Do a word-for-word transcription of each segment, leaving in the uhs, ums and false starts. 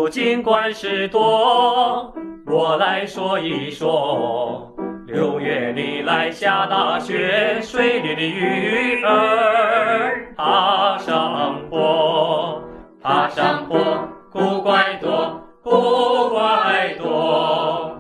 苦尽管是多，我来说一说。六月里来下大雪，水里的鱼儿爬上坡，爬上坡，古怪多，古怪多。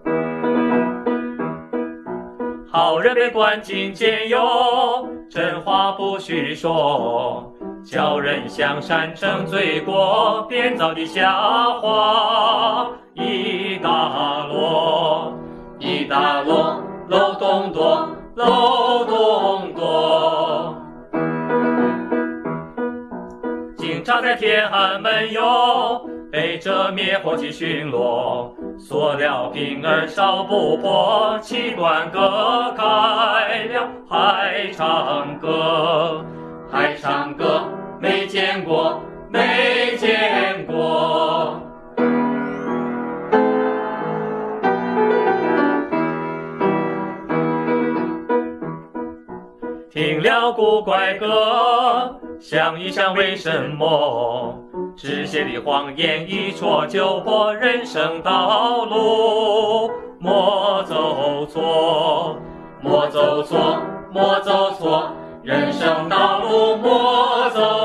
好人被关进监狱，真话不许说。叫人向善成罪过，编造的瞎话一大摞，一大摞，漏洞多，漏洞多。警察在天安门哟，背着灭火器巡逻，塑料瓶儿烧不破，气管割开了，还唱歌，还唱歌，没见过，没见过。听了古怪歌，想一想为什么这些的谎言一戳就破，人生道路莫走错，莫走错，莫走错，人生道路莫走错。